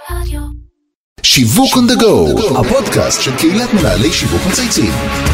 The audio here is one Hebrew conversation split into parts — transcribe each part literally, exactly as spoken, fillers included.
שיווק on the go, הפודקאסט של קהילת מנהלי שיווק מצייצים.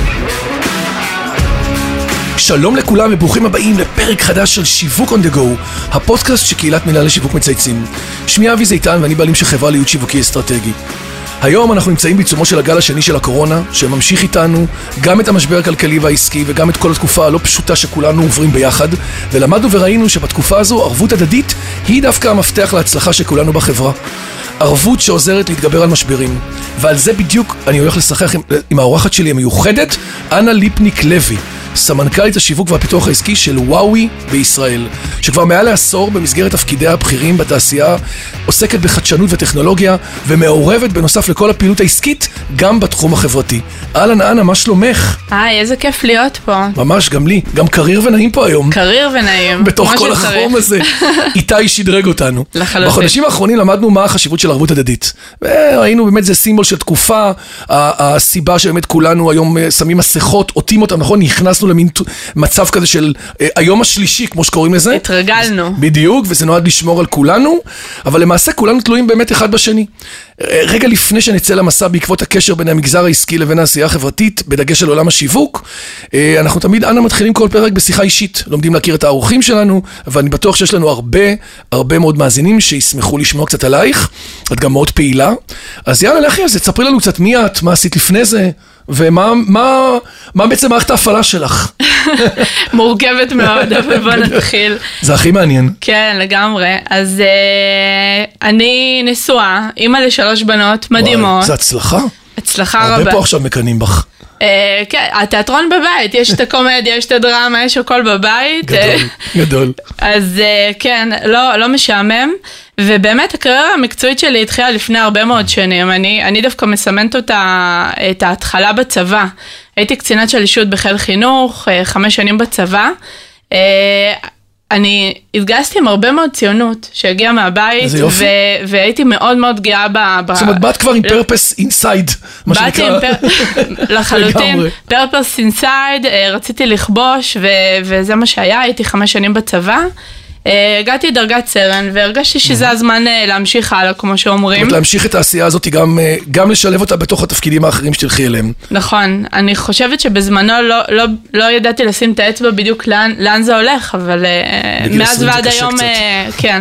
שלום לכולם וברוכים הבאים לפרק חדש של שיווק on the go, הפודקאסט של קהילת מנהלי שיווק מצייצים. שמי אבי זיתן ואני בעלים של חברה לייעוץ שיווקי אסטרטגי. היום אנחנו נמצאים בעיצומו של הגל השני של הקורונה, שממשיך איתנו גם את המשבר הכלכלי והעסקי וגם את כל התקופה הלא פשוטה שכולנו עוברים ביחד, ולמדנו וראינו שבתקופה הזו ערבות הדדית היא דווקא המפתח להצלחה שכולנו בחברה. ערבות שעוזרת להתגבר על משברים, ועל זה בדיוק אני הולך לשחח עם, עם האורחת שלי המיוחדת, אנה ליפניק לוי, סמנכ"לית השיווק והפיתוח העסקי של וואוי בישראל, שכבר מעל לעשור במסגרת תפקידיה הבכירים בתעשייה, עוסקת בחדשנות וטכנולוגיה, ומעורבת בנוסף לכל הפעילות העסקית, גם בתחום החברתי. אהלן אנה, מה שלומך? היי, איזה כיף להיות פה. ממש, גם לי, גם קריר ונעים פה היום. קריר ונעים. בתוך כל החום הזה. איתי שדרג אותנו. לחלוטין. בחודשים האחרונים למדנו מה החשיבות של ערבות הדדית. וראינו באמת זה סימבול של תקופה, הסיבה שבאמת כולנו היום שמים מסכות, עוטים אותם, נכון? נכנסנו למין מצב כזה של היום השלישי, כמו שקוראים לזה. התרגלנו. בדיוק, וזה נועד לשמור על כולנו, אבל למעשה כולנו תלויים באמת אחד בשני. רגע לפני שנצא למסע בעקבות הקשר בין המגזר העסקי לבין העשייה החברתית, בדגש על עולם השיווק, אנחנו תמיד אנה מתחילים כל פרק בשיחה אישית, לומדים להכיר את האורחים שלנו, ואני בטוח שיש לנו הרבה, הרבה מאוד מאזינים שישמחו לשמוע קצת עלייך, את גם מאוד פעילה, אז יאללה לכי, אז תספרי לנו קצת מי את, מה עשית לפני זה, ומה מה, מה בעצם מערכת ההפעלה שלך? מורכבת מאוד, אבל בוא נתחיל. זה הכי מעניין. כן, לגמרי. אז uh, אני נשואה, אימא לשלוש בנות מדהימות. וואי, זה הצלחה. הצלחה רבה. הרבה פה עכשיו מקנים בך. Uh, כן, התיאטרון בבית, יש את הקומדיה, יש את הדרמה, יש הכל בבית. גדול, גדול. אז uh, כן, לא, לא משעמם. ובאמת הקריירה המקצועית שלי התחילה לפני הרבה מאוד שנים. אני, אני דווקא מסמנת אותה, את ההתחלה בצבא. הייתי קצינת שלישות בחיל חינוך, חמש שנים בצבא. אני התגייסתי עם הרבה מאוד ציונות שהגיעה מהבית, ו- והייתי מאוד מאוד גאה ב... זאת אומרת, באת כבר עם purpose inside, מה שנקרא. באתי עם פר... לחלוטין, purpose inside, רציתי לכבוש, ו- וזה מה שהיה, הייתי חמש שנים בצבא. הגעתי דרגת סרן, והרגשתי שזה הזמן להמשיך הלאה, כמו שאומרים. להמשיך את העשייה הזאת, גם, גם לשלב אותה בתוך התפקידים האחרים שתלכי אליהם. נכון, אני חושבת שבזמנו לא, לא, לא ידעתי לשים את האצבע בדיוק לאן, לאן זה הולך, אבל מאז ועד היום, כן.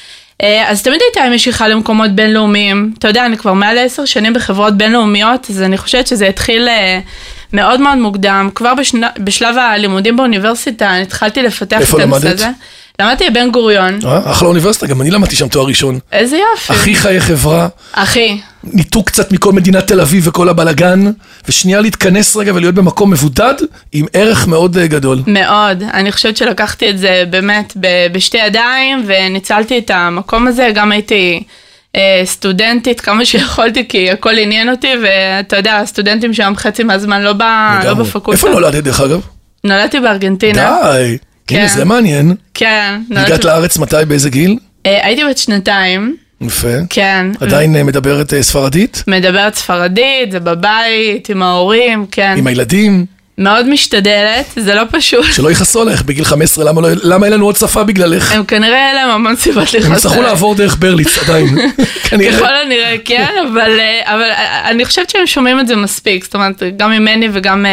אז תמיד הייתה משיכה למקומות בינלאומיים. אתה יודע, אני כבר מעל עשר שנים בחברות בינלאומיות, אז אני חושבת שזה התחיל מאוד מאוד מוקדם. כבר בשנה, בשלב הלימודים באוניברסיטה, אני התחלתי לפתח את הנושא הזה. למדתי בבן גוריון. אה, אחלה אוניברסיטה, גם אני למדתי שם תואר ראשון. איזה יופי. הכי חיי חברה. הכי. ניתוק קצת מכל מדינת תל אביב וכל הבלגן, ושנייה להתכנס רגע ולהיות במקום מבודד, עם ערך מאוד גדול. מאוד. אני חושבת שלקחתי את זה באמת בשתי ידיים, וניצלתי את המקום הזה, גם הייתי סטודנטית כמה שיכולתי, כי הכל עניין אותי, ואתה יודע, הסטודנטים שם חצי מהזמן לא בפקולטה. איפה נולדת דרך אגב? נולדתי בארגנטינה. די. הנה, זה מעניין. כן. הגעת לארץ מתי, באיזה גיל? הייתי בת שנתיים. יפה. כן. עדיין מדברת ספרדית? מדברת ספרדית, זה בבית, עם ההורים, כן. עם הילדים? מאוד משתדלת, זה לא פשוט. שלא יכעסו עליך בגיל חמש עשרה, למה, למה אין לנו עוד שפה בגללך? הם כנראה אין להם המון סיבות לכעוס עליך. הם יצטרכו לעבור דרך ברליץ עדיין. ככל הנראה, כן, אבל, אבל אני חושבת שהם שומעים את זה מספיק, זאת אומרת, גם ממני וגם...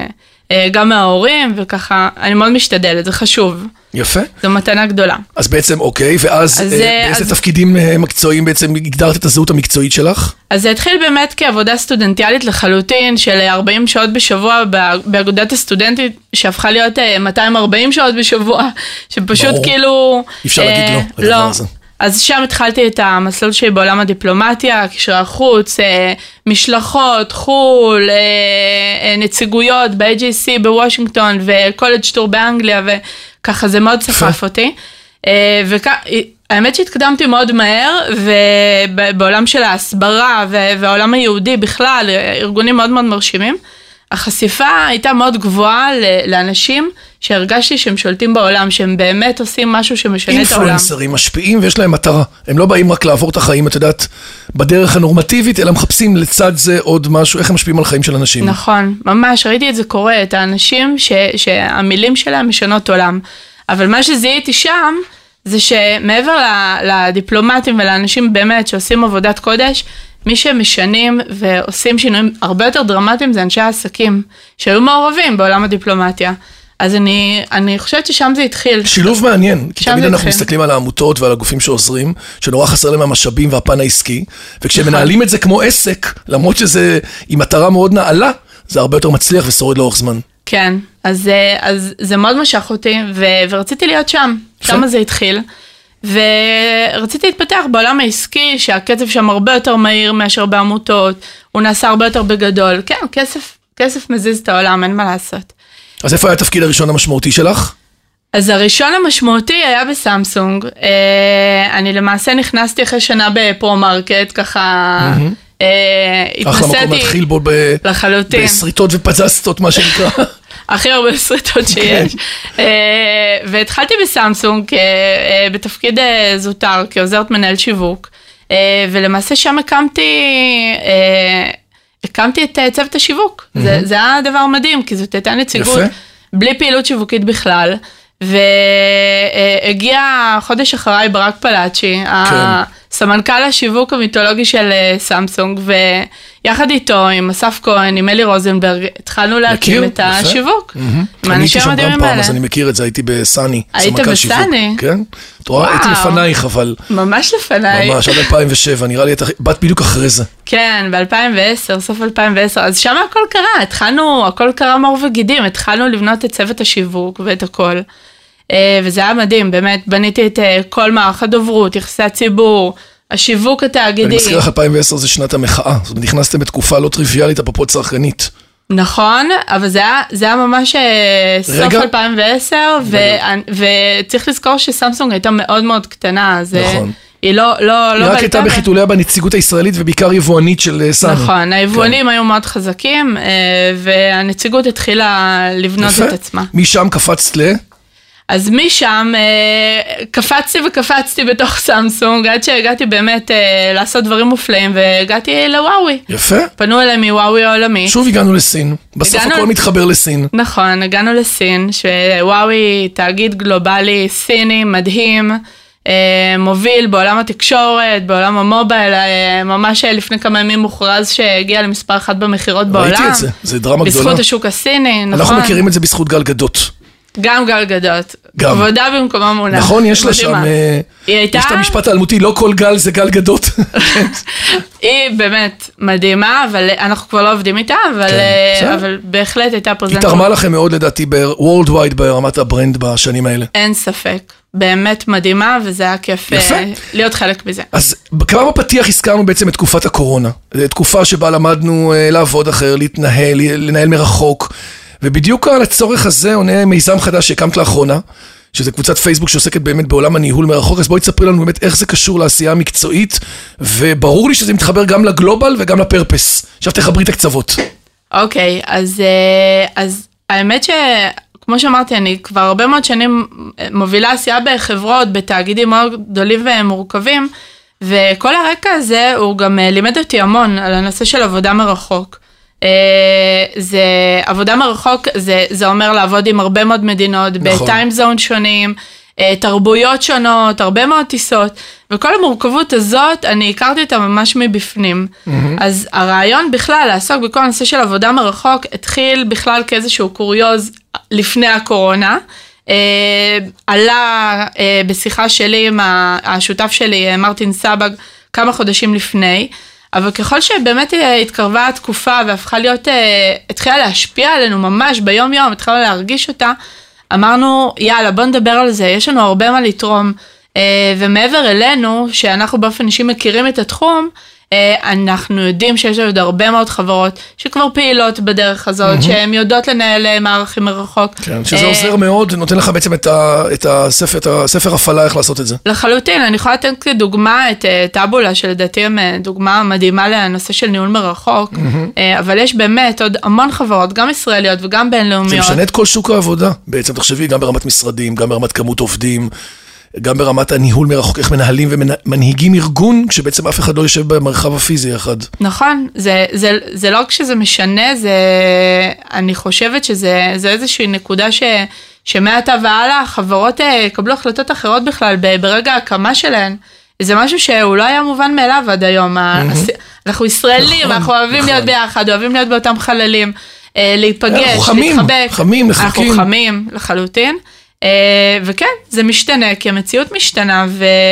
גם מההורים, וככה, אני מאוד משתדלת, זה חשוב. יפה. זו מתנה גדולה. אז בעצם, אוקיי, ואז אז, באיזה אז... תפקידים מקצועיים בעצם הגדרת את הזהות המקצועית שלך? אז זה התחיל באמת כעבודה סטודנטיאלית לחלוטין, של ארבעים שעות בשבוע באגודת הסטודנטית, שהפכה להיות מאתיים וארבעים שעות בשבוע, שפשוט ברור. כאילו... אי אפשר להגיד לא, לא. אז שם התחלתי את המסלול שלי בעולם הדיפלומטיה, קשרי החוץ, משלחות, חול, נציגויות ב-איי ג'יי סי בוושינגטון וקולג' טור באנגליה, וככה זה מאוד סחף אותי. והאמת שהתקדמתי מאוד מהר, ובעולם של ההסברה והעולם היהודי בכלל, ארגונים מאוד מאוד מרשימים, החשיפה הייתה מאוד גבוהה לאנשים שהרגשתי שהם שולטים בעולם, שהם באמת עושים משהו שמשנה את העולם. אינפלואנסרים משפיעים ויש להם מטרה. הם לא באים רק לעבור את החיים, את יודעת, בדרך הנורמטיבית, אלא מחפשים לצד זה עוד משהו, איך הם משפיעים על חיים של אנשים. נכון, ממש, ראיתי את זה קורה, את האנשים ש, שהמילים שלהם משנות עולם. אבל מה שזיהיתי שם, זה שמעבר לדיפלומטים ולאנשים באמת שעושים עבודת קודש, מי שמשנים ועושים שינויים הרבה יותר דרמטיים זה אנשי העסקים, שהיו מעורבים בעולם הדיפלומטיה. אז אני, אני חושבת ששם זה התחיל. שילוב מעניין, כי תמיד אנחנו מסתכלים על העמותות ועל הגופים שעוזרים, שנורא חסר להם המשאבים והפן העסקי, וכשמנהלים את זה כמו עסק, למרות שזה עם מטרה מאוד נעלה, זה הרבה יותר מצליח ושורד לאורך זמן. כן, אז, אז זה מאוד משך אותי, ו, ורציתי להיות שם, שם זה התחיל, ורציתי להתפתח בעולם העסקי, שהקצב שם הרבה יותר מהיר מאשר בעמותות, הוא נעשה הרבה יותר בגדול, כן, כסף, כסף מזיז את העולם, אין מה לעשות. אז איפה היה התפקיד הראשון המשמעותי שלך? אז הראשון המשמעותי היה בסמסונג, אני למעשה נכנסתי אחרי שנה בפרו-מרקט, ככה התנסיתי אחלה מקום להתחיל בו בסריטות ופזסטות, מה שנקרא. הכי הרבה סריטות שיש. והתחלתי בסמסונג בתפקיד זוטר, כעוזרת מנהל שיווק, ולמעשה שם הקמתי... הקמתי את צוות השיווק, mm-hmm. זה, זה היה דבר מדהים, כי זאת הייתה נציגות יפה. בלי פעילות שיווקית בכלל, והגיע חודש אחריי ברק פלאצ'י, כן. הסמנכ"ל השיווק המיתולוגי של סמסונג, ויחד איתו, עם אסף כהן, עם אלי רוזנברג, התחלנו להקים את יפה. השיווק. Mm-hmm. אני הייתי שם גם פעם, אז אני מכיר את זה, הייתי בסני. היית בסני? כן. את רואה, הייתי לפנייך, אבל... ממש לפניי. ממש, עד אלפיים ושבע, נראה לי, באת בדיוק אחרי זה. כן, ב-אלפיים ועשר, סוף אלפיים ועשר, אז שם הכל קרה, התחלנו, הכל קרה מאור וגידים, התחלנו לבנות את צוות השיווק ואת הכל, וזה היה מדהים, באמת, בניתי את כל מערך הדוברות, יחסי הציבור, השיווק התאגידי. אני מזכיר לך, אלפיים ועשר זה שנת המחאה, זאת אומרת, נכנסתם בתקופה לא טריוויאלית, אפרופו צרכנית. נכון, אבל זה היה, זה היה ממש סוף אלפיים ועשר, וצריך לזכור שסמסונג הייתה מאוד מאוד קטנה, אז נכון. היא לא, לא, לא... היא רק הייתה בחיתוליה בנציגות הישראלית, ובעיקר יבואנית של סני. נכון, היבואנים היו מאוד חזקים, והנציגות התחילה לבנות את עצמה. משם קפצת ל... אז משם קפצתי וקפצתי בתוך סמסונג, עד שהגעתי באמת לעשות דברים מופלאים, והגעתי לוואוי. יפה. פנו אליי מוואוי העולמי. שוב הגענו לסין, בסוף הכל מתחבר לסין. נכון, הגענו לסין, שוואוי תאגיד גלובלי סיני מדהים, מוביל בעולם התקשורת, בעולם המובייל, ממש לפני כמה ימים מוכרז שהגיע למספר אחד במחירות בעולם. ראיתי את זה, זה דרמה גדולה. בזכות השוק הסיני, נכון. אנחנו מכירים את זה בזכות גל גדות. גם גל גדות, כבודה במקומה מונח. נכון, יש לה שם, יש את המשפט האלמותי, לא כל גל זה גל גדות. היא באמת מדהימה, אבל אנחנו כבר לא עובדים איתה, אבל בהחלט הייתה פרזנטור. היא תרמה לכם מאוד לדעתי ב-Worldwide ברמת הברנד בשנים האלה. אין ספק, באמת מדהימה, וזה היה כיף להיות חלק בזה. אז כבר בפתיח הזכרנו בעצם את תקופת הקורונה, תקופה שבה למדנו לעבוד אחר, להתנהל, לנהל מרחוק, ובדיוק על הצורך הזה עונה מיזם חדש שהקמת לאחרונה, שזה קבוצת פייסבוק שעוסקת באמת בעולם הניהול מרחוק, אז בואי תספרי לנו באמת איך זה קשור לעשייה המקצועית, וברור לי שזה מתחבר גם לגלובל וגם לפרפס. עכשיו תחברי את הקצוות. אוקיי, אז, אז האמת שכמו שאמרתי, אני כבר הרבה מאוד שנים מובילה עשייה בחברות, בתאגידים מאוד גדולים ומורכבים, וכל הרקע הזה הוא גם לימד אותי המון על הנושא של עבודה מרחוק. זה עבודה מרחוק, זה, זה אומר לעבוד עם הרבה מאוד מדינות, נכון. בטיים זון שונים, תרבויות שונות, הרבה מאוד טיסות, וכל המורכבות הזאת, אני הכרתי אותה ממש מבפנים. Mm-hmm. אז הרעיון בכלל, לעסוק בכל הנושא של עבודה מרחוק, התחיל בכלל כאיזשהו קוריוז לפני הקורונה, אה, עלה אה, בשיחה שלי עם השותף שלי, מרטין סבג, כמה חודשים לפני, אבל ככל שבאמת התקרבה התקופה והפכה להיות, התחילה להשפיע עלינו ממש ביום יום, התחילה להרגיש אותה, אמרנו, יאללה, בוא נדבר על זה, יש לנו הרבה מה לתרום, ומעבר אלינו, שאנחנו באופן אישי מכירים את התחום, אנחנו יודעים שיש עוד הרבה מאוד חברות שכבר פעילות בדרך הזאת, שהן יודעות לנהל מערכים מרחוק. כן, שזה עוזר מאוד, נותן לך בעצם את הספר הפעלה איך לעשות את זה. לחלוטין, אני יכולה לתת כדוגמה את טאבולה, שלדעתי הם דוגמה מדהימה לנושא של ניהול מרחוק, אבל יש באמת עוד המון חברות, גם ישראליות וגם בינלאומיות. זה משנה את כל שוק העבודה, בעצם תחשבי, גם ברמת משרדים, גם ברמת כמות עובדים, גם ברמת הניהול מרחוק, איך מנהלים ומנהיגים ארגון, כשבעצם אף אחד לא יושב במרחב הפיזי אחד. נכון, זה, זה, זה לא כשזה משנה, זה, אני חושבת שזה, זה איזושהי נקודה ש, שמעתה והלאה החברות יקבלו החלטות אחרות בכלל ברגע ההקמה שלהן. זה משהו שהוא לא היה מובן מאליו עד היום. אנחנו ישראלים, אנחנו אוהבים להיות ביחד, אוהבים להיות באותם חללים, להיפגש, להתחבק. חמים, לחכים. אנחנו חמים לחלוטין. וכן, זה משתנה, כי המציאות משתנה,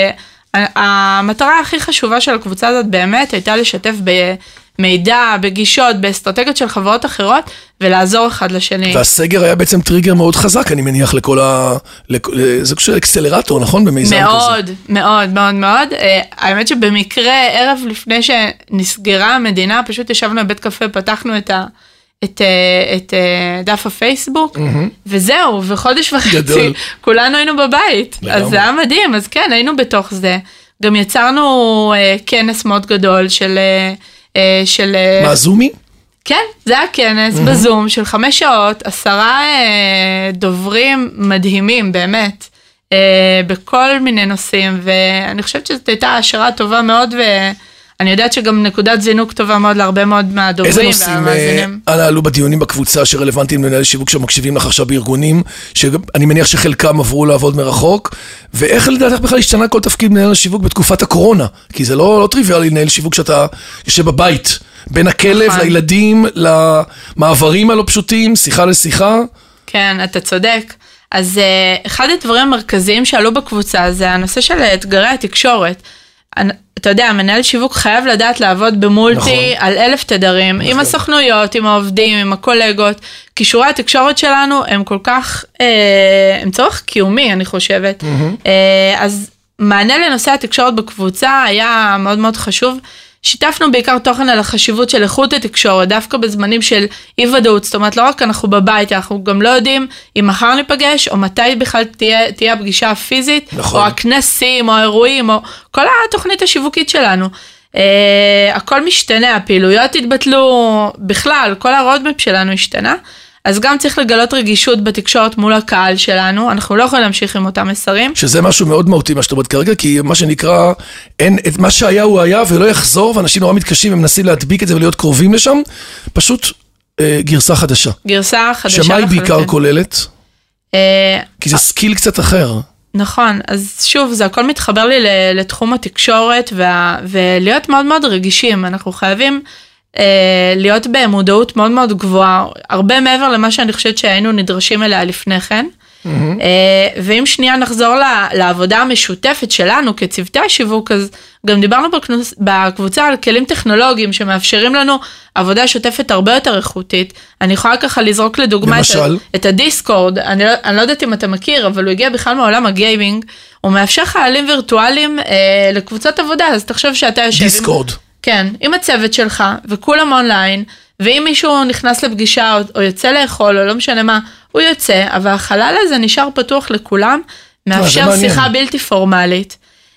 והמטרה הכי חשובה של הקבוצה הזאת באמת הייתה לשתף במידע, בגישות, באסטרטגיות של חברות אחרות, ולעזור אחד לשני. והסגר היה בעצם טריגר מאוד חזק, אני מניח, לכל ה... זה קשור לאקסלרטור, נכון? במיזם כזה. מאוד, מאוד, מאוד, מאוד. האמת שבמקרה, ערב לפני שנסגרה המדינה, פשוט ישבנו בבית קפה, פתחנו את ה... את, את דף הפייסבוק, וזהו, וחודש וחצי, כולנו היינו בבית, אז זה היה מדהים, אז כן, היינו בתוך זה, גם יצרנו כנס מאוד גדול של... של מה, זומי? כן, זה היה כנס בזום של חמש שעות, עשרה דוברים מדהימים, באמת, בכל מיני נושאים, ואני חושבת שזאת הייתה השראה טובה מאוד, ו... אני יודעת שגם נקודת זינוק טובה מאוד להרבה מאוד מהדוברים. איזה נושאים עלו בדיונים בקבוצה שרלוונטיים לנהל שיווק שמקשיבים לך עכשיו בארגונים, שאני מניח שחלקם עברו לעבוד מרחוק, ואיך לדעתך בכלל השתנה כל תפקיד מנהל השיווק בתקופת הקורונה? כי זה לא, לא טריוויאלי לנהל שיווק שאתה יושב בבית, בין הכלב נכון. לילדים, למעברים הלא פשוטים, שיחה לשיחה. כן, אתה צודק. אז אחד הדברים המרכזיים שעלו בקבוצה זה הנושא של אתגרי התקשורת. אתה יודע, מנהל שיווק חייב לדעת לעבוד במולטי נכון. על אלף תדרים, נכון. עם הסוכנויות, עם העובדים, עם הקולגות. קישורי התקשורת שלנו הם כל כך, אה, הם צורך קיומי, אני חושבת. Mm-hmm. אה, אז מענה לנושא התקשורת בקבוצה היה מאוד מאוד חשוב. שיתפנו בעיקר תוכן על החשיבות של איכות התקשורת, דווקא בזמנים של אי ודאות, זאת אומרת, לא רק אנחנו בבית, אנחנו גם לא יודעים אם מחר ניפגש, או מתי בכלל תהיה, תהיה הפגישה הפיזית, נכון. או הכנסים, או האירועים, או כל התוכנית השיווקית שלנו. Uh, הכל משתנה, הפעילויות התבטלו בכלל, כל הרודמפ שלנו השתנה, אז גם צריך לגלות רגישות בתקשורת מול הקהל שלנו, אנחנו לא יכולים להמשיך עם אותם מסרים. שזה משהו מאוד מהותי, מה שאתה אומרת כרגע, כי מה שנקרא, אין, את מה שהיה הוא היה ולא יחזור, ואנשים נורא מתקשים ומנסים להדביק את זה ולהיות קרובים לשם, פשוט אה, גרסה חדשה. גרסה חדשה. שמה היא בעיקר כוללת? אה, כי זה סקיל קצת אחר. נכון, אז שוב, זה הכל מתחבר לי לתחום התקשורת, וה, ולהיות מאוד מאוד רגישים, אנחנו חייבים... להיות במודעות מאוד מאוד גבוהה, הרבה מעבר למה שאני חושבת שהיינו נדרשים אליה לפני כן, ואם שנייה נחזור לעבודה המשותפת שלנו כצוותי השיווק, אז גם דיברנו בקבוצה על כלים טכנולוגיים שמאפשרים לנו עבודה שוטפת הרבה יותר איכותית. אני יכולה ככה לזרוק לדוגמה את הדיסקורד, אני לא יודעת אם אתה מכיר, אבל הוא הגיע בכלל מעולם הגיימינג, הוא מאפשר חיילים וירטואליים לקבוצות עבודה, אז תחשוב שאתה יושב... דיסקורד. כן, עם הצוות שלך, וכולם אונליין, ואם מישהו נכנס לפגישה, או, או יוצא לאכול, או לא משנה מה, הוא יוצא, אבל החלל הזה נשאר פתוח לכולם, מאפשר שיחה בלתי פורמלית.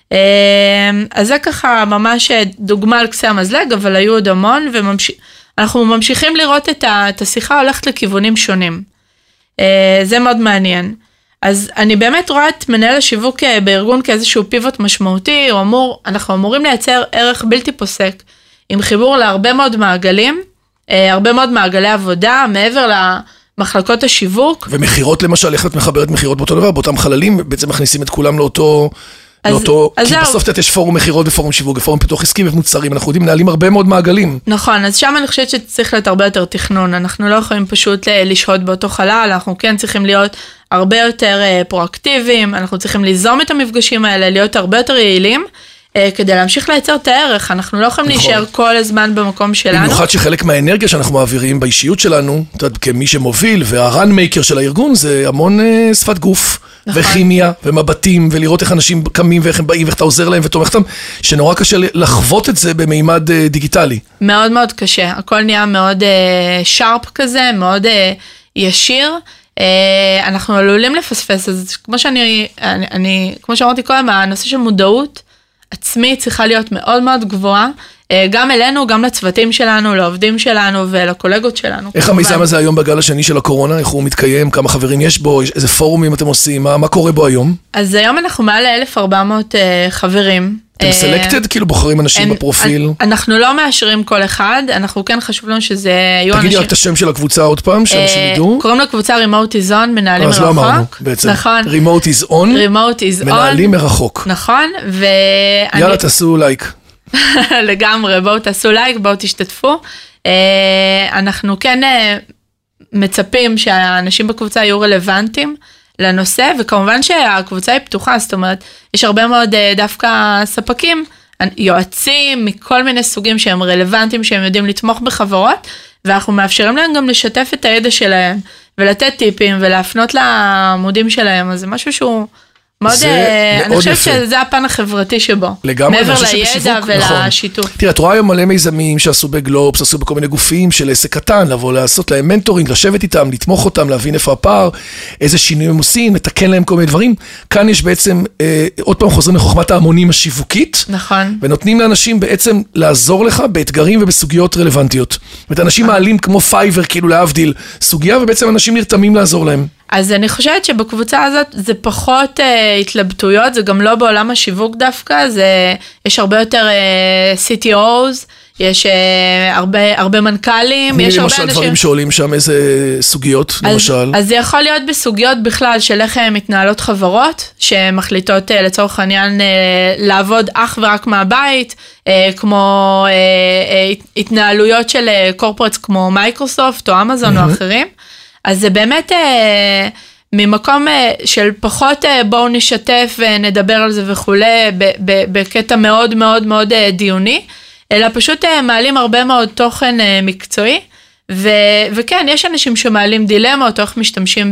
אז זה ככה ממש דוגמה על קצה המזלג, אבל היו עוד המון, ואנחנו ממשיכים לראות את, ה, את השיחה הולכת לכיוונים שונים. זה מאוד מעניין. אז אני באמת רואה את מנהל השיווק בארגון כאיזשהו פיבוט משמעותי, הוא אמור, אנחנו אמורים לייצר ערך בלתי פוסק, עם חיבור להרבה מאוד מעגלים, הרבה מאוד מעגלי עבודה, מעבר למחלקות השיווק. ומחירות למשל, איך את מחברת מחירות באותו דבר, באותם חללים, בעצם מכניסים את כולם לאותו... לאותו, כי בסוף יש פורום מחירות ופורום שיווק, ופורום פיתוח עסקי ומוצרים, אנחנו יודעים, נעלים הרבה מאוד מעגלים. נכון, אז שם אני חושבת שצריך להיות הרבה יותר תכנון, אנחנו לא יכולים פשוט לשהות באותו חלל, אנחנו כן צריכים להיות הרבה יותר פרואקטיביים, אנחנו צריכים ליזום את המפגשים האלה, להיות הרבה יותר יעילים, כדי להמשיך לייצר את הערך, אנחנו לא יכולים להישאר כל הזמן במקום שלנו. במיוחד שחלק מהאנרגיה שאנחנו מעבירים באישיות שלנו, כמי שמוביל, והרן מייקר של הארגון, זה המון שפת גוף. וכימיה ומבטים, ולראות איך אנשים קמים ואיך הם באים, ואיך אתה עוזר להם ותומך אותם, שנורא קשה לחוות את זה במימד דיגיטלי. מאוד מאוד קשה, הכל נהיה מאוד שרפ כזה, מאוד ישיר, אנחנו עלולים לפספס, אז כמו שאני, אני, אני, כמו שאמרתי קודם, הנושא של מודעות עצמית צריכה להיות מאוד מאוד גבוהה, גם אלינו, גם לצוותים שלנו, לעובדים שלנו ולקולגות שלנו. איך המיזם הזה היום בגל השני של הקורונה? איך הוא מתקיים? כמה חברים יש בו? איזה פורומים אתם עושים? מה, מה קורה בו היום? אז היום אנחנו מעל ל-אלף וארבע מאות חברים. אתם סלקטד? כאילו בוחרים אנשים בפרופיל? אנחנו לא מאשרים כל אחד, אנחנו כן חשוב לנו שזה יהיו אנשים... תגידי רק את השם של הקבוצה עוד פעם, שאנשים ידעו. קוראים לקבוצה Remote is On, מנהלים מרחוק. אז לא אמרנו בעצם. נכון. Remote is On, Remote is On. מנהלים מרחוק. נכון, ו... יאללה, תעשו לייק. לגמרי, בואו תעשו לייק, בואו תשתתפו. אנחנו כן מצפים שהאנשים בקבוצה יהיו רלוונטיים לנושא, וכמובן שהקבוצה היא פתוחה, זאת אומרת, יש הרבה מאוד דווקא ספקים, יועצים מכל מיני סוגים שהם רלוונטיים, שהם יודעים לתמוך בחברות, ואנחנו מאפשרים להם גם לשתף את הידע שלהם, ולתת טיפים, ולהפנות לעמודים שלהם, אז זה משהו שהוא... מאוד, אני חושבת שזה הפן החברתי שבו. לגמרי, מעבר לידע ולשיתוף. תראה, את רואה היום מלא מיזמים שעשו בגלובס, עשו בכל מיני גופים של עסק קטן, לבוא לעשות להם מנטורינג, לשבת איתם, לתמוך אותם, להבין איפה הפער, איזה שינויים הם עושים, לתקן להם כל מיני דברים. כאן יש בעצם, אה, עוד פעם חוזרים לחוכמת ההמונים השיווקית. נכון. ונותנים לאנשים בעצם לעזור לך באתגרים ובסוגיות רלוונטיות. ואת אנשים מעלים כמו פייבר, כאילו להבדיל סוגיה, ובעצם אנשים נרתמים לעזור להם. אז אני חושבת שבקבוצה הזאת זה פחות אה, התלבטויות, זה גם לא בעולם השיווק דווקא, זה, יש הרבה יותר אה, סי טי או'ס, יש אה, הרבה, הרבה מנכ"לים, יש הרבה אנשים... למשל דברים שעולים שם, איזה סוגיות, אז, למשל? אז זה יכול להיות בסוגיות בכלל של איך מתנהלות חברות, שמחליטות אה, לצורך העניין אה, לעבוד אך ורק מהבית, אה, כמו אה, אה, התנהלויות של אה, קורפורטס כמו מייקרוסופט או אמזון או אחרים, אז זה באמת אה, ממקום אה, של פחות אה, בואו נשתף ונדבר על זה וכולי, בקטע מאוד מאוד מאוד אה, דיוני, אלא פשוט אה, מעלים הרבה מאוד תוכן אה, מקצועי, ו, וכן, יש אנשים שמעלים דילמות, או איך משתמשים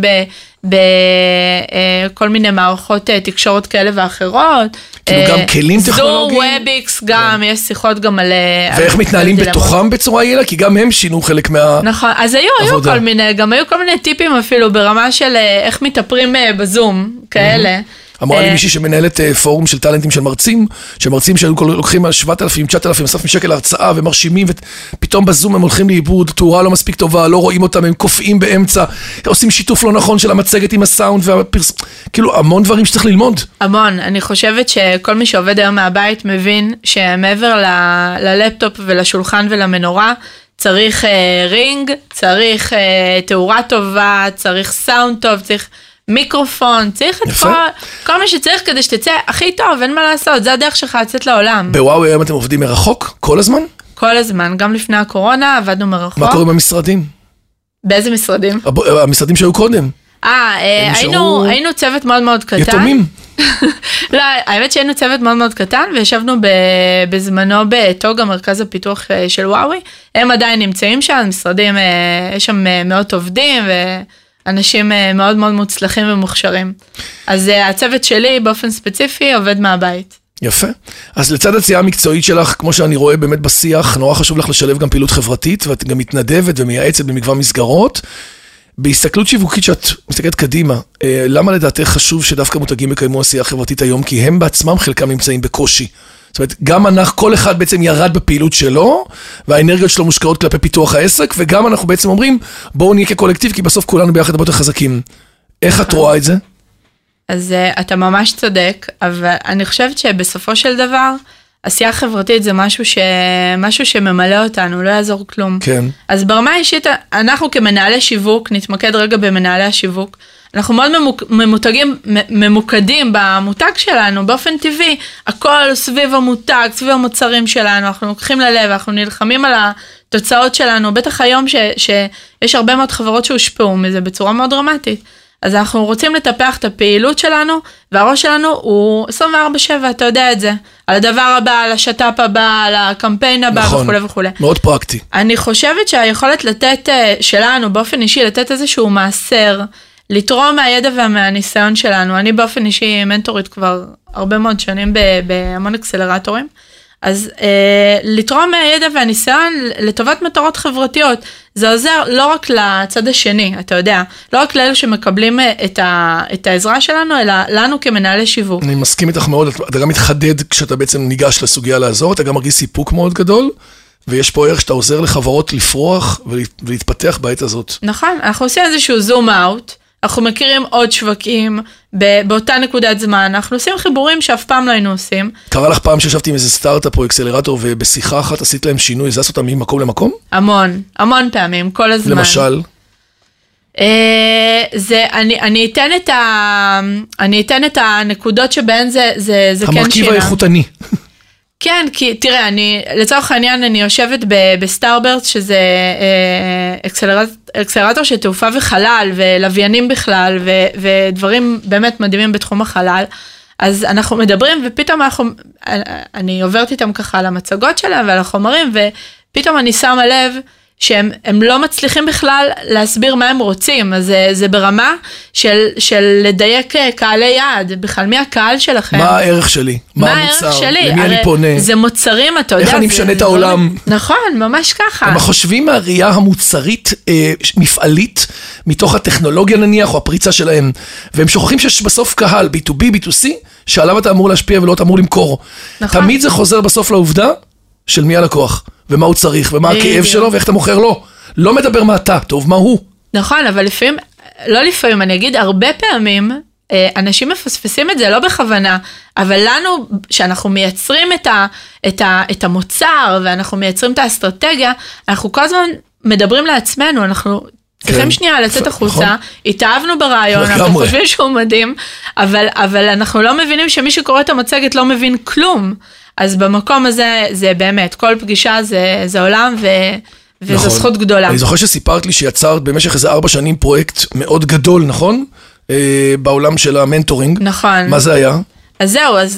בכל מיני מערכות אה, תקשורת כאלה ואחרות. כאילו אה, גם כלים טכנולוגיים? זום, ווביקס גם, יש שיחות גם על... ואיך מתנהלים בתוכם בצורה יעילה? כי גם הם שינו חלק מהעבודה. נכון, אז היו, היו כל מיני, גם היו כל מיני טיפים אפילו ברמה של איך מטפרים בזום, כאלה. אמרה לי מישהי שמנהלת פורום של טלנטים של מרצים, שמרצים שהיו לוקחים שבעת אלפים, תשעת אלפים, עשרת אלפים שקל להרצאה ומרשימים, ופתאום בזום הם הולכים לאיבוד, תאורה לא מספיק טובה, לא רואים אותם, הם קופאים באמצע, עושים שיתוף לא נכון של המצגת עם הסאונד והפרס... כאילו המון דברים שצריך ללמוד. המון, אני חושבת שכל מי שעובד היום מהבית מבין שמעבר ל... ללפטופ ולשולחן ולמנורה, צריך uh, רינג, צריך uh, תאורה טובה, צריך סאונד טוב, צריך... מיקרופון, צריך את כל, כל מה שצריך כדי שתצא הכי טוב, אין מה לעשות, זה הדרך שלך לצאת לעולם. בוואו, היום אתם עובדים מרחוק? כל הזמן? כל הזמן, גם לפני הקורונה עבדנו מרחוק. מה קורה במשרדים? באיזה משרדים? המשרדים שהיו קודם. אה, היינו, היינו צוות מאוד מאוד קטן. יתומים. לא, האמת שהיינו צוות מאוד מאוד קטן, וישבנו בזמנו בטוגה, מרכז הפיתוח של וואוי. הם עדיין נמצאים שם, משרדים, יש שם מאות עובדים, ו... אנשים מאוד מאוד מוצלחים ומוכשרים. אז הצוות שלי באופן ספציפי עובד מהבית. יפה. אז לצד הציעה המקצועית שלך, כמו שאני רואה באמת בשיח, נורא חשוב לך לשלב גם פעילות חברתית, ואת גם מתנדבת ומייעצת במגוון מסגרות. בהסתכלות שיווקית שאת מסתכלת קדימה, למה לדעתך חשוב שדווקא מותגים יקיימו עשייה חברתית היום? כי הם בעצמם חלקם נמצאים בקושי. זאת אומרת, גם אנחנו, כל אחד בעצם ירד בפעילות שלו, והאנרגיות שלו מושקעות כלפי פיתוח העסק, וגם אנחנו בעצם אומרים, בואו נהיה כקולקטיב, כי בסוף כולנו ביחד הרבה יותר חזקים. איך את רואה את זה? אז אתה ממש צודק, אבל אני חושבת שבסופו של דבר, עשייה חברתית זה משהו ש... משהו שממלא אותנו, לא יעזור כלום. כן. אז ברמה אישית, אנחנו כמנהלי שיווק, נתמקד רגע במנהלי השיווק, אנחנו מאוד ממוק... ממותגים, ממוקדים במותג שלנו, באופן טבעי, הכל סביב המותג, סביב המוצרים שלנו, אנחנו לוקחים ללב, אנחנו נלחמים על התוצאות שלנו, בטח היום ש... שיש הרבה מאוד חברות שהושפעו מזה בצורה מאוד דרמטית. אז אנחנו רוצים לטפח את הפעילות שלנו, והראש שלנו הוא עשרים וארבע שבע, אתה יודע את זה. על הדבר הבא, על השטאפ הבא, על הקמפיין הבא נכון, וכו' וכו'. מאוד פרקטי. אני חושבת שהיכולת לתת שלנו, באופן אישי, לתת איזשהו מעשר, לתרום מהידע ומהניסיון שלנו. אני באופן אישי מנטורית כבר הרבה מאוד שנים בהמון אקסלרטורים. אז אה, לתרום מהידע והניסיון לטובת מטרות חברתיות, זה עוזר לא רק לצד השני, אתה יודע, לא רק לאלו שמקבלים את, ה, את העזרה שלנו, אלא לנו כמנהלי שיווק. אני מסכים איתך מאוד, אתה גם מתחדד כשאתה בעצם ניגש לסוגיה לעזור, אתה גם מרגיש סיפוק מאוד גדול, ויש פה ערך שאתה עוזר לחברות לפרוח ולהתפתח בעת הזאת. נכון, אנחנו עושים איזשהו זום אאוט, אנחנו מכירים עוד שווקים, באותה נקודת זמן, אנחנו עושים חיבורים שאף פעם לא היינו עושים. קרה לך פעם שישבתי עם איזה סטארט-אפ או אקסלרטור, ובשיחה אחת עשית להם שינוי, זז אותם ממקום למקום? המון, המון פעמים, כל הזמן. למשל? זה, אני, אני אתן את ה, אני אתן את הנקודות שבהן זה, זה, זה כן שינה. המרכיב האיכותני. כן, כי תראה, אני, לצורך העניין, אני יושבת בסטארברט, שזה אקסלרטור, אקסלרטור של תעופה וחלל, ולוויינים בכלל, ו, ודברים באמת מדהימים בתחום החלל. אז אנחנו מדברים, ופתאום אנחנו, אני עוברת איתם ככה על המצגות שלהם ועל החומרים, ופתאום אני שמה לב, שהם הם לא מצליחים בכלל להסביר מה הם רוצים, אז זה, זה ברמה של, של לדייק קהלי יעד, בכלל מי הקהל שלכם? מה הערך שלי? מה, מה המוצר? שלי? למי אני פונה? זה מוצרים, אתה יודע. איך אני משנה את העולם? נכון, ממש ככה. הם חושבים מהראייה המוצרית, אה, מפעלית, מתוך הטכנולוגיה נניח, או הפריצה שלהם, והם שוכחים שיש בסוף קהל, בי טו בי, בי טו סי, שעליו אתה אמור להשפיע ולא אתה אמור למכור. נכון. תמיד זה חוזר בסוף לעובדה של מי הלקוח. ומה הוא צריך, ומה הכאב שלו, ואיך אתה מוכר לו. לא מדבר מה אתה, טוב, מה הוא. נכון, אבל לפעמים, לא לפעמים, אני אגיד, הרבה פעמים, אנשים מפספסים את זה, לא בכוונה, אבל לנו, שאנחנו מייצרים את, ה, את, ה, את המוצר, ואנחנו מייצרים את האסטרטגיה, אנחנו כל הזמן מדברים לעצמנו, אנחנו צריכים שנייה לצאת החוצה, התאהבנו ברעיון, אנחנו חושבים שהוא מדהים, אבל, אבל אנחנו לא מבינים שמי שקורא את המצגת לא מבין כלום. אז במקום הזה, זה באמת, כל פגישה זה, זה עולם, ו, וזו נכון. זכות גדולה. אני זוכר שסיפרת לי שיצרת במשך איזה ארבע שנים פרויקט מאוד גדול, נכון? אה, בעולם של המנטורינג. נכון. מה זה היה? אז זהו, אז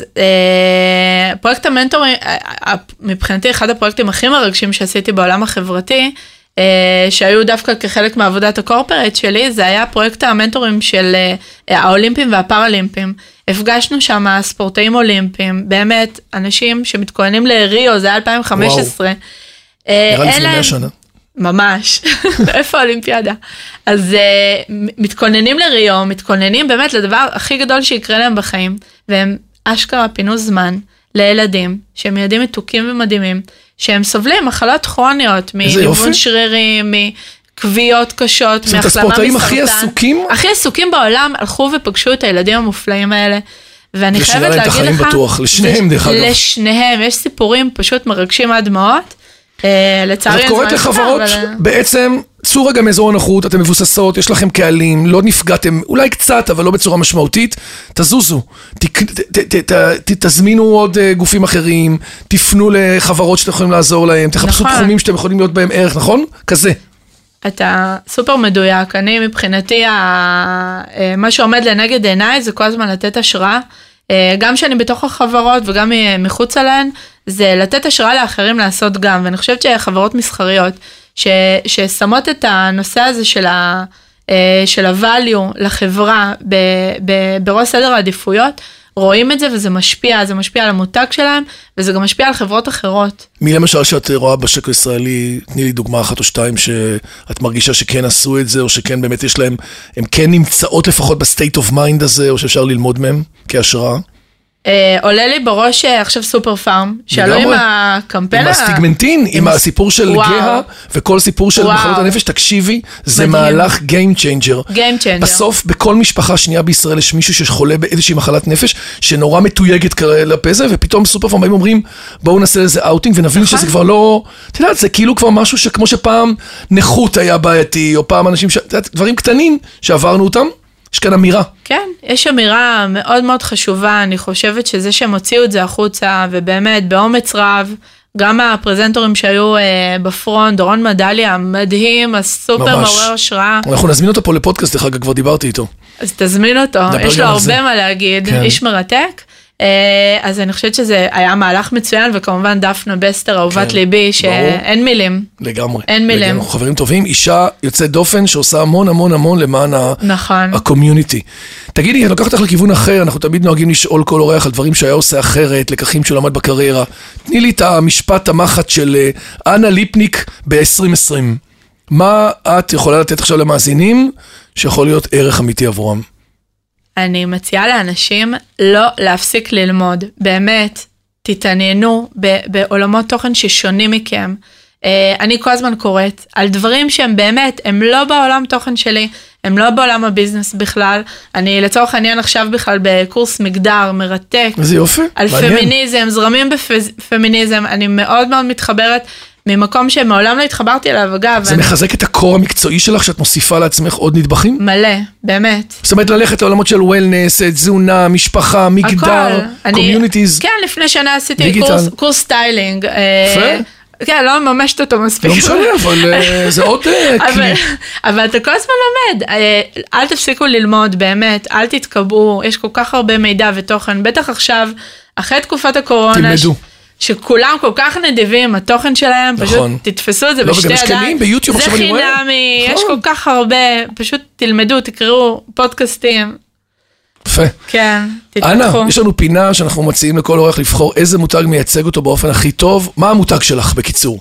אה, פרויקט המנטורינג, אה, מבחינתי אחד הפרויקטים הכי מרגשים שעשיתי בעולם החברתי, אה, שהיו דווקא כחלק מעבודת הקורפרט שלי, זה היה פרויקט המנטורים של אה, האולימפים והפראלימפים. הפגשנו שם ספורטאים אולימפיים, באמת אנשים שמתכוננים לריו, זה היה אלפיים וחמש עשרה. נראה לפני מאה שנה. ממש, איפה האולימפיאדה? אז מתכוננים לריו, מתכוננים באמת לדבר הכי גדול שיקרה להם בחיים, והם אשכרה פינו זמן לילדים, שהם ילדים מתוקים ומדהימים, שהם סובלים מחלות כרוניות, מניוון שרירים, קביעות קשות, זאת אומרת, הספורטאים הכי עסוקים? הכי עסוקים בעולם, הלכו ופגשו את הילדים המופלאים האלה, ואני חייבת להגיד לך, ושנייה להם את החיים בטוח, לשניהם דרך אגב. לשניהם, יש סיפורים פשוט מרגשים עד דמעות, לצערי... את קוראת לחברות, בעצם, צאו רגע מאזור הנוחות, אתם מבוססות, יש לכם קהלים, לא נפגעתם, אולי קצת, אבל לא בצורה משמעותית, תזוזו, תזמינו עוד גופים אחרים, תפנו לחברות שאתם יכולים לעזור להם, תחפשו תחומים שאתם יכולים להיות בהם ערך, נכון? כזה. אתה סופר מדויק, אני מבחינתי, מה שעומד לנגד עיניי זה כל הזמן לתת השראה, גם שאני בתוך החברות וגם מחוץ עליהן, זה לתת השראה לאחרים לעשות גם, ואני חושבת שחברות מסחריות, ש, ששמות את הנושא הזה של ה, של ה-value לחברה ב, ב, בראש סדר העדיפויות, רואים את זה וזה משפיע, זה משפיע על המותג שלהם, וזה גם משפיע על חברות אחרות. מי למשל שאת רואה בשוק הישראלי, תני לי דוגמה אחת או שתיים, שאת מרגישה שכן עשו את זה, או שכן באמת יש להם, הם כן נמצאות לפחות בסטייט אוף מיינד הזה, או שאפשר ללמוד מהם כהשראה? עולה לי בראש עכשיו סופר פארם, שעלו עם הקמפיין. עם הסטיגמנטין, עם הסיפור של גאה, וכל סיפור של מחלות הנפש, תקשיבי, זה מהלך Game Changer. Game Changer. בסוף, בכל משפחה שנייה בישראל, יש מישהו שחולה באיזושהי מחלת נפש, שנורא מתויגת כלפי זה, ופתאום סופר פארם באים אומרים, בואו נעשה לזה אאוטינג, ונבין שזה כבר לא, אתה יודעת, זה כאילו כבר משהו שכמו שפעם נכות היה בעייתי, או פעם אנשים, דברים קטנים שעברנו אותם, יש כאן אמירה. כן, יש אמירה מאוד מאוד חשובה, אני חושבת שזה שהם הוציאו את זה החוצה, ובאמת באומץ רב, גם הפרזנטורים שהיו אה, בפרונט, דורון מדליה, מדהים, הסופר מעורר השראה. אנחנו נזמין אותו פה לפודקאסט, דרך אגב, כבר דיברתי איתו. אז תזמין אותו, יש לו הרבה מה להגיד, כן. איש מרתק. אז אני חושבת שזה היה מהלך מצוין, וכמובן דפנה בסטר, אהובת ליבי, שאין מילים. לגמרי. אין מילים. חברים טובים, אישה יוצאת דופן, שעושה המון המון המון למען הקומיוניטי. תגידי, אני לוקח אותך לכיוון אחר, אנחנו תמיד נוהגים לשאול כל אורח על דברים שהיה עושה אחרת, לקחים שהוא למד בקריירה. תני לי את המשפט המחת של אנה ליפניק ב-עשרים עשרים. מה את יכולה לתת עכשיו למאזינים, שיכול להיות ערך אמיתי עבורם? אני מציעה לאנשים לא להפסיק ללמוד, באמת, תתעניינו בעולמות תוכן ששונים מכם, אני כל הזמן קוראת על דברים שהם באמת, הם לא בעולם תוכן שלי, הם לא בעולם הביזנס בכלל. אני לצורך העניין עכשיו בכלל בקורס מגדר מרתק. איזה יופי, על מעניין. פמיניזם, זרמים בפמיניזם, אני מאוד מאוד מתחברת ממקום שמעולם לא התחברתי אליו, אגב. זה אני... מחזק את הקור המקצועי שלך, שאת מוסיפה לעצמך עוד נדבכים? מלא, באמת. זאת אומרת, ללכת לעולמות של וולנס, תזונה, משפחה, מגדר, קומיוניטיז. כן, לפני שנה עשיתי קורס, קורס סטיילינג. יפה. כן, לא מממשת אותו מספיק. לא משנה, אבל זה עוד כלי. אבל אתה כל הזמן לומד, אל תפסיקו ללמוד, באמת, אל תתקבעו, יש כל כך הרבה מידע ותוכן, בטח עכשיו, אחרי תקופת הקורונה, שכולם כל כך נדיבים, התוכן שלהם, פשוט תתפסו את זה בשתי ידיים. זה חינמי, יש כל כך הרבה, פשוט תלמדו, תקראו פודקאסטים. יפה. כן, תתפתחו. אנה, יש לנו פינה שאנחנו מציעים לכל אורח לבחור איזה מותג מייצג אותו באופן הכי טוב. מה המותג שלך בקיצור?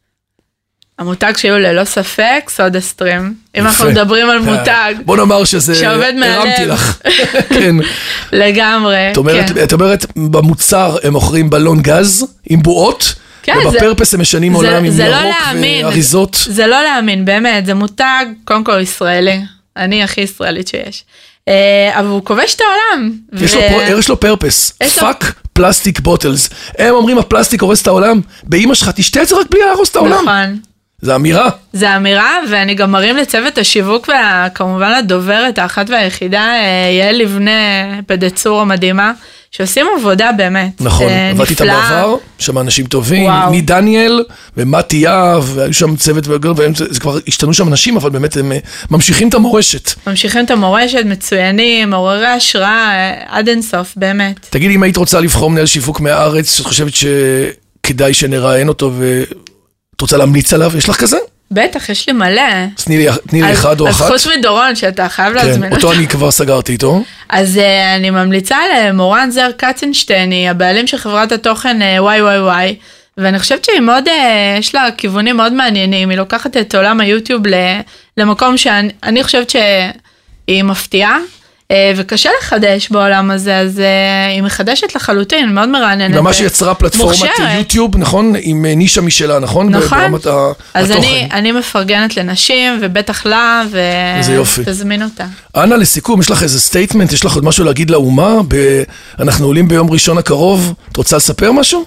המותג שהיו ללא ספק, סודה סטרים. אם אנחנו מדברים על מותג. בוא נאמר שזה, הרמתי לך. כן. לגמרי. את אומרת, במוצר הם מוכרים בלון גז עם בועות, ובפרפס הם משנים עולם עם ירוק ואריזות. זה לא להאמין, באמת, זה מותג, קודם כל ישראלי. אני הכי ישראלית שיש. אבל הוא כובש את העולם. יש לו פרפס, פאק פלסטיק בוטלס. הם אומרים הפלסטיק הורס את העולם, באמא שלך תשתה את זה רק בלי להרוס את העולם. נכון. זה אמירה. זה אמירה, ואני גם מרים לצוות השיווק, וכמובן לדוברת, האחת והיחידה, יעל לבנה פדצור המדהימה, שעושים עבודה באמת. נכון, עבדתי איתה בעבר, שם אנשים טובים, מדניאל ומתי יהב, והיו שם צוות וגר, וזה כבר השתנו שם אנשים, אבל באמת הם ממשיכים את המורשת. ממשיכים את המורשת, מצוינים, מעוררי השראה, עד אינסוף, באמת. תגידי, אם היית רוצה לבחור מנהל שיווק מהארץ, שאת חושבת שכדאי שנראיין אותו, ואת רוצה להמליץ עליו, יש לך כזה? בטח, יש לי מלא. אז תני לי אחד או אחת. אז חוץ מדורון, שאתה חייב להזמין אותו. אותו אני כבר סגרתי איתו. אז אני ממליצה למורן זר קצנשטיין, היא הבעלים של חברת התוכן וואי וואי וואי, ואני חושבת שהיא מאוד, יש לה כיוונים מאוד מעניינים, היא לוקחת את עולם היוטיוב למקום שאני חושבת שהיא מפתיעה, וקשה לחדש בעולם הזה, אז היא מחדשת לחלוטין, מאוד מרעננת. ממש יצרה פלטפורמת יוטיוב, נכון? עם נישה משלה, נכון? נכון. אז אני מפרגנת לנשים, ובטח לה, ותזמין אותה. אנה, לסיכום, יש לך איזה סטייטמנט, יש לך עוד משהו להגיד לאומה? אנחנו עולים ביום ראשון הקרוב, את רוצה לספר משהו?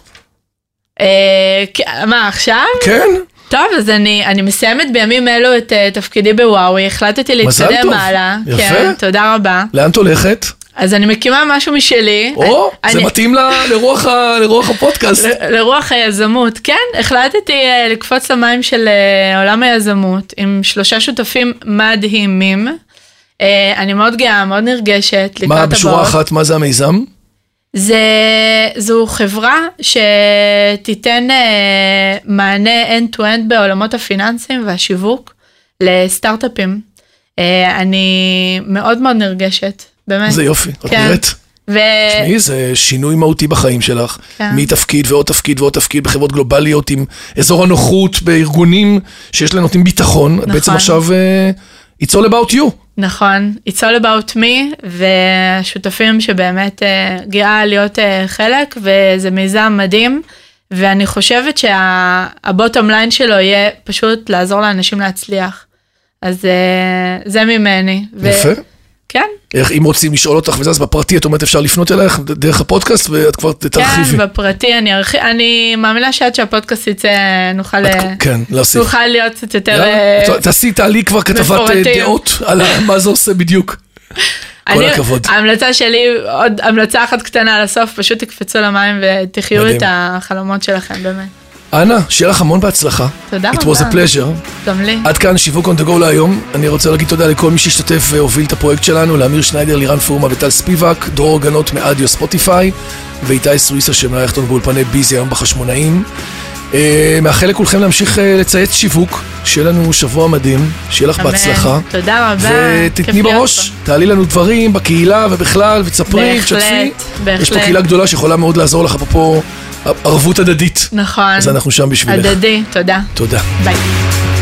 מה, עכשיו? כן. טוב, אז אני, אני מסיימת בימים אלו את uh, תפקידי בוואוי, החלטתי להתקדם מעלה. יפה. כן, תודה רבה. לאן את הולכת? אז אני מקימה משהו משלי. או, אני, זה אני... מתאים ל, לרוח, ה, לרוח הפודקאסט. ל, לרוח היזמות, כן. החלטתי uh, לקפוץ למים של uh, עולם היזמות, עם שלושה שותפים מדהימים. Uh, אני מאוד גאה, מאוד נרגשת. מה, בשורה אחת, מה זה המיזם? זה, זו חברה שתיתן uh, מענה end-to-end בעולמות הפיננסיים והשיווק לסטארט-אפים. Uh, אני מאוד מאוד נרגשת, באמת. זה יופי, את כן. נראית. ו... שמי, זה שינוי מהותי בחיים שלך. כן. מתפקיד ועוד תפקיד ועוד תפקיד בחברות גלובליות עם אזור הנוחות, בארגונים שיש להם נותנים ביטחון. נכון. בעצם עכשיו, uh, it's all about you. נכון, it's all about me, והשותפים שבאמת uh, גאה להיות uh, חלק, וזה מיזם מדהים, ואני חושבת שהבוטום ליין שלו יהיה פשוט לעזור לאנשים להצליח. אז uh, זה ממני. יפה. ו... כן. איך, אם רוצים לשאול אותך וזה, אז בפרטי את אומרת אפשר לפנות אלייך דרך הפודקאסט, ואת כבר תרחיבי. כן, בפרטי אני ארחיב, אני מאמינה שעד שהפודקאסט יצא נוכל, כן, להוסיף. נוכל להיות קצת יותר תעשי, תעלי כבר כתבת דעות על מה זה עושה בדיוק. כל הכבוד. ההמלצה שלי, עוד המלצה אחת קטנה לסוף, פשוט תקפצו למים ותחיו את החלומות שלכם, באמת. אנה, שיהיה לך המון בהצלחה. תודה רבה. It was a pleasure. גם לי. עד כאן שיווק on the go להיום. אני רוצה להגיד תודה לכל מי שהשתתף והוביל את הפרויקט שלנו, לאמיר שניידר, לירן פורמה וטל ספיבק, דרור גנות מאדיו ספוטיפיי, ואיתי סוויסה שמנהל אותנו באולפני ביזי היום בחשמונאים. מאחל לכולכם להמשיך לצייץ שיווק, שיהיה לנו שבוע מדהים, שיהיה לך בהצלחה. תודה רבה. ותתני בראש, תעלי לנו דברים בקהילה ובכלל, וצפרי, תשתפי. יש פה קהילה גדולה שיכולה מאוד לעזור לך פה ערבות הדדית. נכון. אז אנחנו שם בשבילך. הדדי, תודה. תודה. ביי.